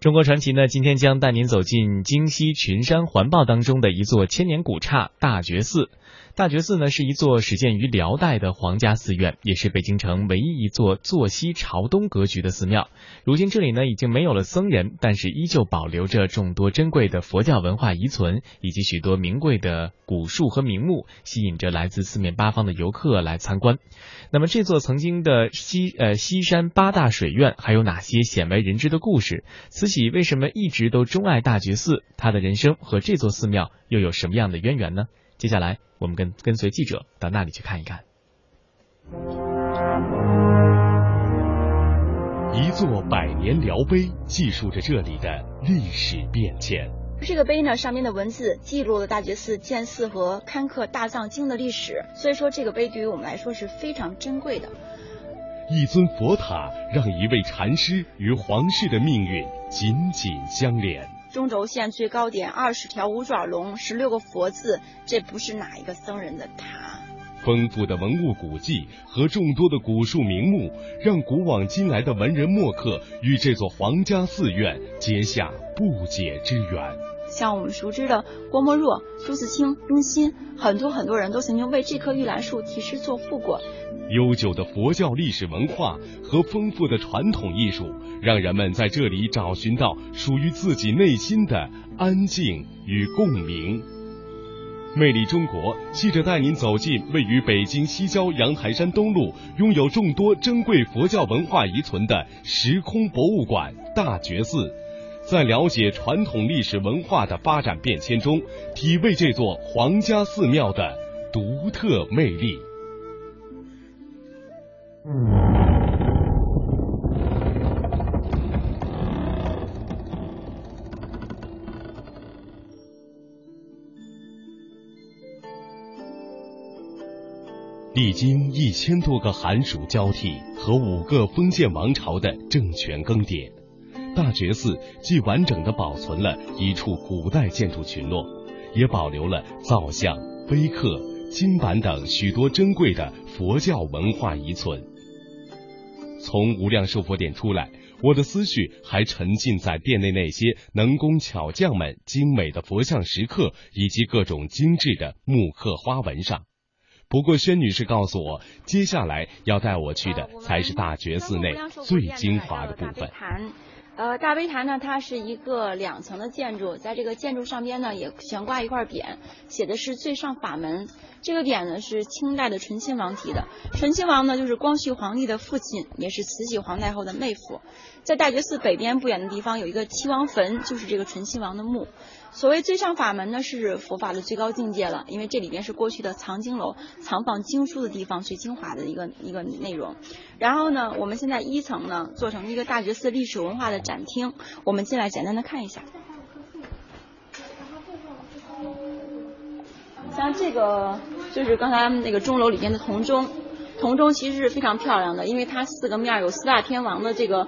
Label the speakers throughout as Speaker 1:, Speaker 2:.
Speaker 1: 中国传奇呢，今天将带您走进京西群山环抱当中的一座千年古刹大觉寺。大觉寺呢是一座始建于辽代的皇家寺院，也是北京城唯一一座坐西朝东格局的寺庙。如今这里呢已经没有了僧人，但是依旧保留着众多珍贵的佛教文化遗存，以及许多名贵的古树和名木，吸引着来自四面八方的游客来参观。那么这座曾经的西山八大水院还有哪些鲜为人知的故事？慈禧为什么一直都钟爱大觉寺？她的人生和这座寺庙又有什么样的渊源呢？接下来我们跟随记者到那里去看一看。
Speaker 2: 一座百年辽碑记述着这里的历史变迁。
Speaker 3: 这个碑呢，上面的文字记录了大觉寺建寺和刊刻大藏经的历史，所以说这个碑对于我们来说是非常珍贵的。
Speaker 2: 一尊佛塔让一位禅师与皇室的命运紧紧相连。
Speaker 3: 中轴线最高点20条五爪龙，16个佛字，这不是哪一个僧人的塔。
Speaker 2: 丰富的文物古迹和众多的古树名木，让古往今来的文人墨客与这座皇家寺院结下不解之缘。
Speaker 3: 像我们熟知的郭沫若、朱自清、雍心，很多人都曾经为这棵玉兰树题诗作赋过。
Speaker 2: 悠久的佛教历史文化和丰富的传统艺术，让人们在这里找寻到属于自己内心的安静与共鸣。魅力中国，记者带您走进位于北京西郊阳台山东路、拥有众多珍贵佛教文化遗存的时空博物馆大觉寺，在了解传统历史文化的发展变迁中，体味这座皇家寺庙的独特魅力。历经1000多个寒暑交替和5个封建王朝的政权更迭，大觉寺既完整地保存了一处古代建筑群落，也保留了造像、碑刻、经版等许多珍贵的佛教文化遗存。从无量寿佛殿出来，我的思绪还沉浸在殿内那些能工巧匠们精美的佛像石刻以及各种精致的木刻花纹上。不过宣女士告诉我，接下来要带我去的才是大觉寺内最精华的部分。
Speaker 3: 大悲坛呢，它是一个2层的建筑，在这个建筑上边呢也悬挂一块匾，写的是最上法门。这个匾呢是清代的醇亲王题的，醇亲王呢就是光绪皇帝的父亲，也是慈禧皇太后的妹夫。在大觉寺北边不远的地方有一个七王坟，就是这个醇亲王的墓。所谓最上法门呢，是佛法的最高境界了，因为这里边是过去的藏经楼，藏放经书的地方，最精华的一个内容。然后呢，我们现在1层呢做成一个大觉寺历史文化的展厅，我们进来简单的看一下。像这个就是刚才那个钟楼里边的铜钟，铜钟其实是非常漂亮的，因为它4个面有4大天王的这个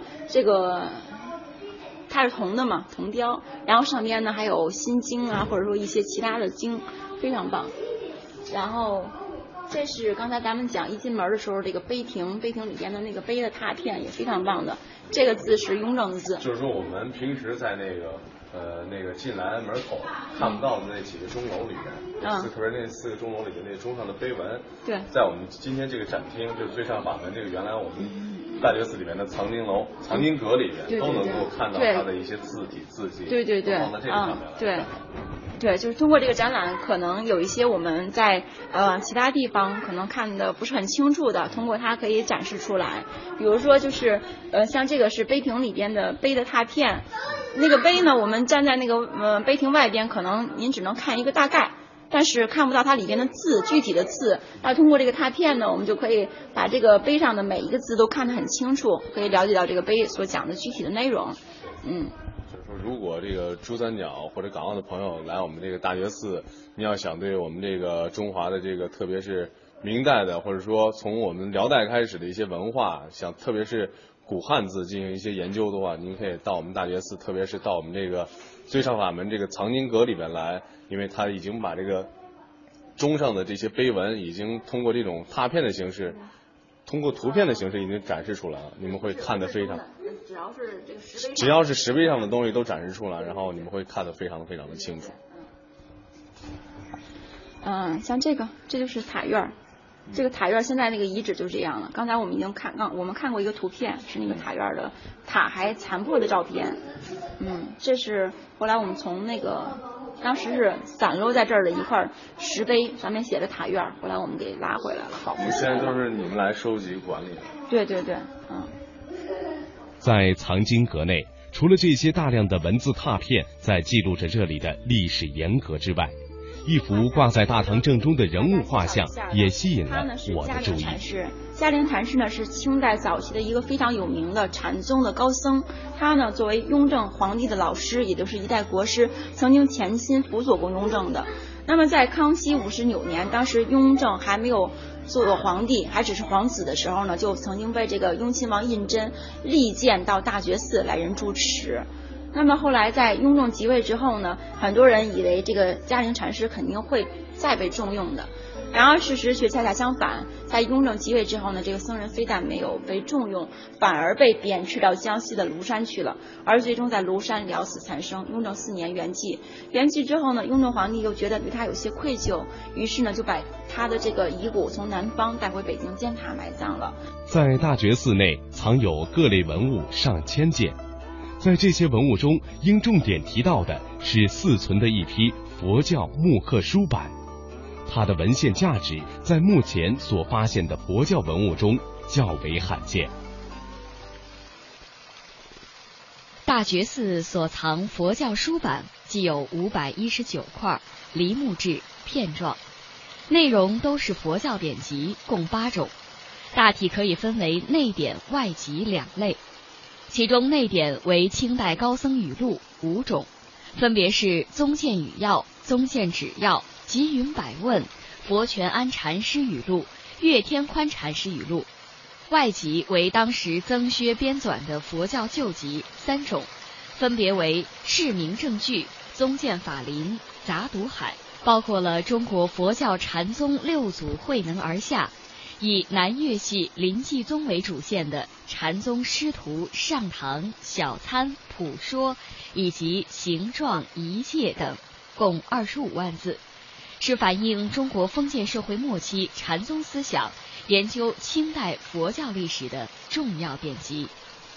Speaker 3: 它是铜的嘛，铜雕，然后上边呢还有心经啊，或者说一些其他的经，非常棒。然后这是刚才咱们讲一进门的时候这个碑亭，碑亭里边的那个碑的拓片也非常棒的，这个字是雍正的字。
Speaker 4: 就是说我们平时在那个进来门口看不到的那几个钟楼里面，特别那4个钟楼里面那钟上的碑文，
Speaker 3: 对，
Speaker 4: 在我们今天这个展厅就是最上法门这个原来我们大觉寺里面的藏经楼、藏经阁里面都能够看到它的一些字迹，
Speaker 3: 对，
Speaker 4: 放在这个上面来。
Speaker 3: 对，就是通过这个展览，可能有一些我们在其他地方可能看的不是很清楚的，通过它可以展示出来。比如说就是像这个是碑亭里边的碑的拓片，那个碑呢，我们站在那个碑亭外边，可能您只能看一个大概，但是看不到它里边的字，具体的字。那通过这个拓片呢，我们就可以把这个碑上的每一个字都看得很清楚，可以了解到这个碑所讲的具体的内容。
Speaker 4: 就是说，如果这个珠三角或者港澳的朋友来我们这个大觉寺，你要想对我们这个中华的这个，特别是明代的，或者说从我们辽代开始的一些文化，想特别是古汉字进行一些研究的话，您可以到我们大觉寺，特别是到我们这个最上法门这个藏经阁里面来，因为它已经把这个钟上的这些碑文已经通过这种拓片的形式，通过图片的形式已经展示出来了，你们会看得非常。
Speaker 3: 要是这个石碑，
Speaker 4: 只要是石碑上的东西都展示出来，然后你们会看得非常的清楚。
Speaker 3: 像这就是塔院。这个塔院现在那个遗址就是这样了。刚才我们已经我们看过一个图片，是那个塔院的塔还残破的照片。这是后来我们从那个当时是散落在这儿的一块石碑，上面写着塔院，后来我们给拉回来了。好，
Speaker 4: 现在都是你们来收集管理。
Speaker 3: 对，
Speaker 2: 在藏经阁内，除了这些大量的文字拓片在记录着这里的历史沿革之外，一幅挂在大堂正中的人物画像也吸引了我的注意。
Speaker 3: 嘉陵禅师呢是清代早期的一个非常有名的禅宗的高僧，他呢作为雍正皇帝的老师，也就是一代国师，曾经潜心辅佐过雍正的。那么在康熙59年，当时雍正还没有做皇帝，还只是皇子的时候呢，就曾经被这个雍亲王胤禛力荐到大觉寺来任住持。那么后来在雍正即位之后呢，很多人以为这个嘉陵禅师肯定会再被重用的，然而事实却恰恰相反。在雍正即位之后呢，这个僧人非但没有被重用，反而被贬斥到江西的庐山去了，而最终在庐山了死残生。雍正4年圆寂。圆寂之后呢，雍正皇帝又觉得对他有些愧疚，于是呢就把他的这个遗骨从南方带回北京建塔埋葬了。
Speaker 2: 在大觉寺内藏有各类文物上千件，在这些文物中，应重点提到的是4存的一批佛教木刻书版，它的文献价值在目前所发现的佛教文物中较为罕见。
Speaker 5: 大觉寺所藏佛教书版既有519块，梨木质片状，内容都是佛教典籍，共8种，大体可以分为内典、外集2类。其中内典为清代高僧语录5种，分别是宗鉴语要、宗鉴旨要、集云百问、佛全安禅师语录、月天宽禅师语录。外集为当时曾薛编纂的佛教旧集3种，分别为释明正句、宗鉴法林、杂读海，包括了中国佛教禅宗6祖慧能而下，以南岳系临济宗为主线的禅宗师徒上堂、小参、普说以及形状、仪戒等，共25万字，是反映中国封建社会末期禅宗思想、研究清代佛教历史的重要典籍。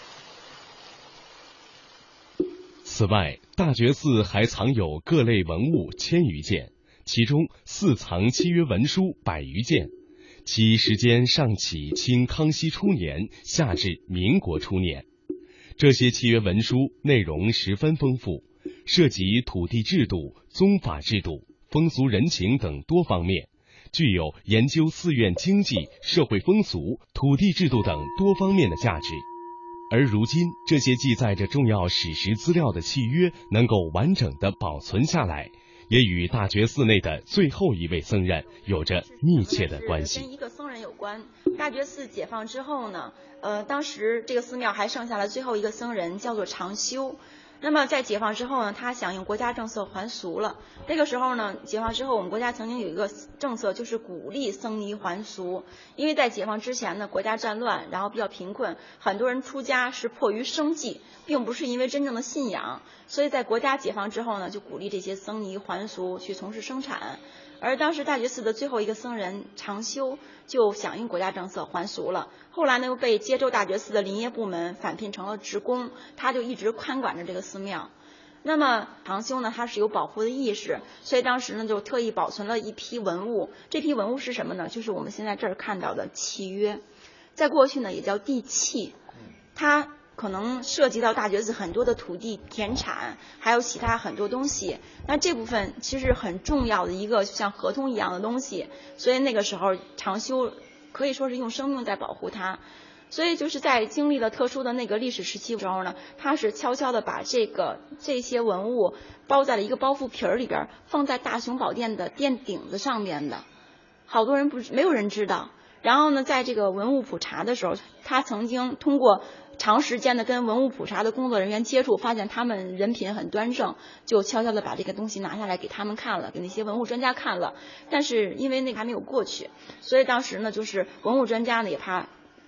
Speaker 2: 此外，大觉寺还藏有各类文物1000余件，其中4藏契约文书100余件，其时间上起清康熙初年，下至民国初年。这些契约文书内容十分丰富，涉及土地制度、宗法制度、风俗人情等多方面，具有研究寺院经济、社会风俗、土地制度等多方面的价值。而如今，这些记载着重要史实资料的契约能够完整地保存下来，也与大觉寺内的最后一位僧人有着密切的关系。
Speaker 3: 跟一个僧人有关。大觉寺解放之后呢，当时这个寺庙还剩下了最后一个僧人，叫做长修。那么在解放之后呢，他响应国家政策还俗了。那个时候呢，解放之后，我们国家曾经有一个政策，就是鼓励僧尼还俗。因为在解放之前呢，国家战乱，然后比较贫困，很多人出家是迫于生计，并不是因为真正的信仰。所以在国家解放之后呢，就鼓励这些僧尼还俗，去从事生产。而当时大觉寺的最后一个僧人长修就响应国家政策还俗了，后来呢又被接州大觉寺的林业部门返聘成了职工，他就一直看管着这个寺庙。那么长修呢，他是有保护的意识，所以当时呢就特意保存了一批文物。这批文物是什么呢？就是我们现在这儿看到的契约，在过去呢也叫地契，它可能涉及到大觉寺很多的土地田产，还有其他很多东西。那这部分其实很重要的一个像合同一样的东西，所以那个时候长修可以说是用生命在保护它。所以就是在经历了特殊的那个历史时期的时候呢，他是悄悄的把这些文物包在了一个包袱皮儿里边，放在大雄宝殿的殿顶子上面的，好多人没有人知道。然后呢，在这个文物普查的时候，他曾经通过长时间的跟文物普查的工作人员接触，发现他们人品很端正，就悄悄的把这个东西拿下来给他们看了，给那些文物专家看了。但是因为那个还没有过去，所以当时呢，就是文物专家呢也怕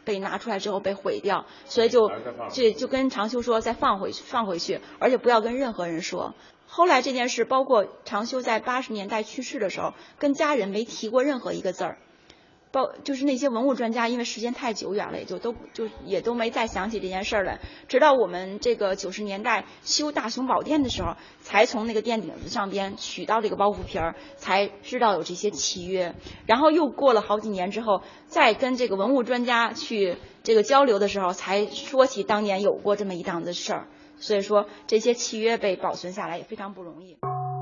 Speaker 3: 被拿出来之后被毁掉，所以就跟长修说再放回去，而且不要跟任何人说。后来这件事，包括长修在80年代去世的时候，跟家人没提过任何一个字儿。就是那些文物专家，因为时间太久远了，也都没再想起这件事儿来。直到我们这个90年代修大雄宝殿的时候，才从那个殿顶子上边取到这个包袱皮儿，才知道有这些契约。然后又过了好几年之后，再跟这个文物专家去这个交流的时候，才说起当年有过这么一档子事儿。所以说这些契约被保存下来也非常不容易。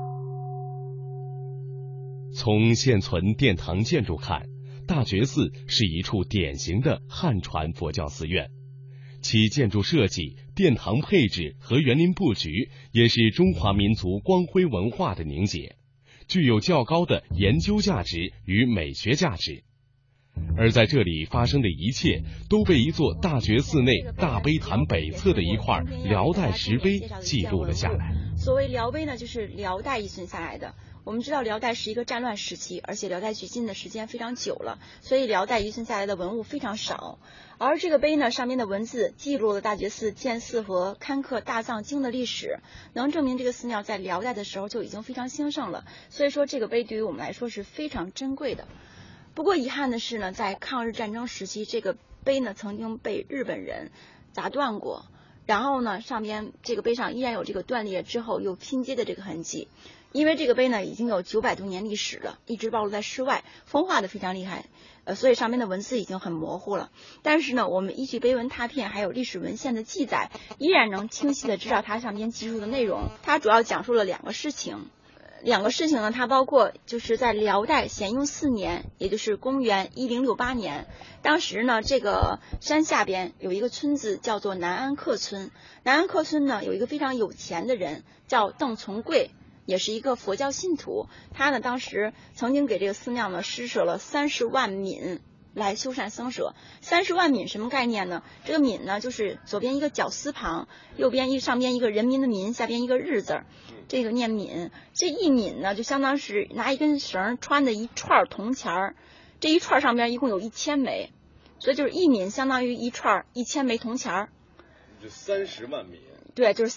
Speaker 2: 从现存殿堂建筑看，大觉寺是一处典型的汉传佛教寺院，其建筑设计、殿堂配置和园林布局也是中华民族光辉文化的凝结，具有较高的研究价值与美学价值。而在这里发生的一切都被一座大觉寺内大碑坛北侧的一块辽代石碑记录了下来。
Speaker 3: 所谓辽碑呢，就是辽代遗存下来的。我们知道辽代是一个战乱时期，而且辽代距今的时间非常久了，所以辽代遗存下来的文物非常少。而这个碑呢，上面的文字记录了大觉寺建寺和刊刻大藏经的历史，能证明这个寺庙在辽代的时候就已经非常兴盛了。所以说这个碑对于我们来说是非常珍贵的。不过遗憾的是呢，在抗日战争时期，这个碑呢曾经被日本人砸断过，然后呢上边这个碑上依然有这个断裂之后又拼接的这个痕迹。因为这个碑呢已经有900多年历史了，一直暴露在室外，风化的非常厉害，所以上面的文字已经很模糊了。但是呢，我们依据碑文拓片还有历史文献的记载，依然能清晰的知道它上边记述的内容。它主要讲述了两个事情呢，它包括就是在辽代咸雍4年，也就是公元1068年，当时呢这个山下边有一个村子叫做南安客村。南安客村呢有一个非常有钱的人叫邓从贵，也是一个佛教信徒。他呢当时曾经给这个寺庙呢施舍了30万闽来修缮僧舍。30万闽什么概念呢？这个闽呢就是左边一个绞丝旁，上边一个人民的民，下边一个日字，这个念闽。这一闽呢就相当是拿一根绳穿的一串铜钱儿，这一串上边一共有1000枚，所以就是一闽相当于一串1000枚铜钱儿。
Speaker 4: 就30万闽。
Speaker 3: 对，就是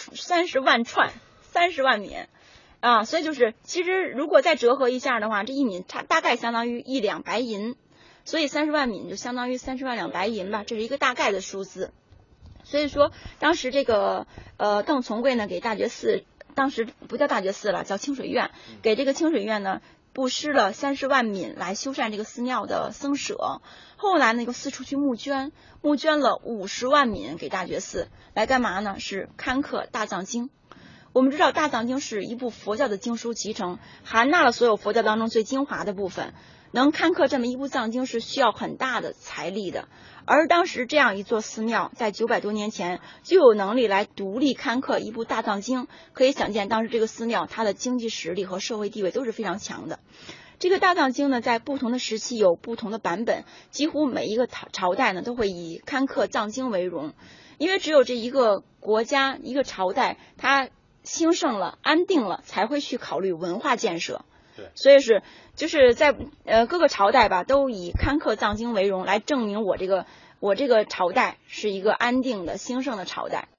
Speaker 3: 30万串，30万闽啊，所以就是其实如果再折合一下的话，这一闽它大概相当于1两白银，所以30万闽就相当于30万两白银吧，这是一个大概的数字。所以说当时这个邓从贵呢给大觉寺，当时不叫大觉寺了，叫清水院，给这个清水院呢布施了30万闽来修缮这个寺庙的僧舍。后来呢又四处去募捐了50万闽给大觉寺，来干嘛呢？是刊刻大藏经。我们知道大藏经是一部佛教的经书集成，含纳了所有佛教当中最精华的部分。能刊刻这么一部藏经是需要很大的财力的，而当时这样一座寺庙在900多年前就有能力来独立刊刻一部大藏经，可以想见当时这个寺庙它的经济实力和社会地位都是非常强的。这个大藏经呢在不同的时期有不同的版本，几乎每一个朝代呢都会以刊刻藏经为荣，因为只有这一个国家一个朝代它兴盛了安定了，才会去考虑文化建设。所以就是在各个朝代吧，都以刊刻藏经为荣，来证明我这个朝代是一个安定的兴盛的朝代。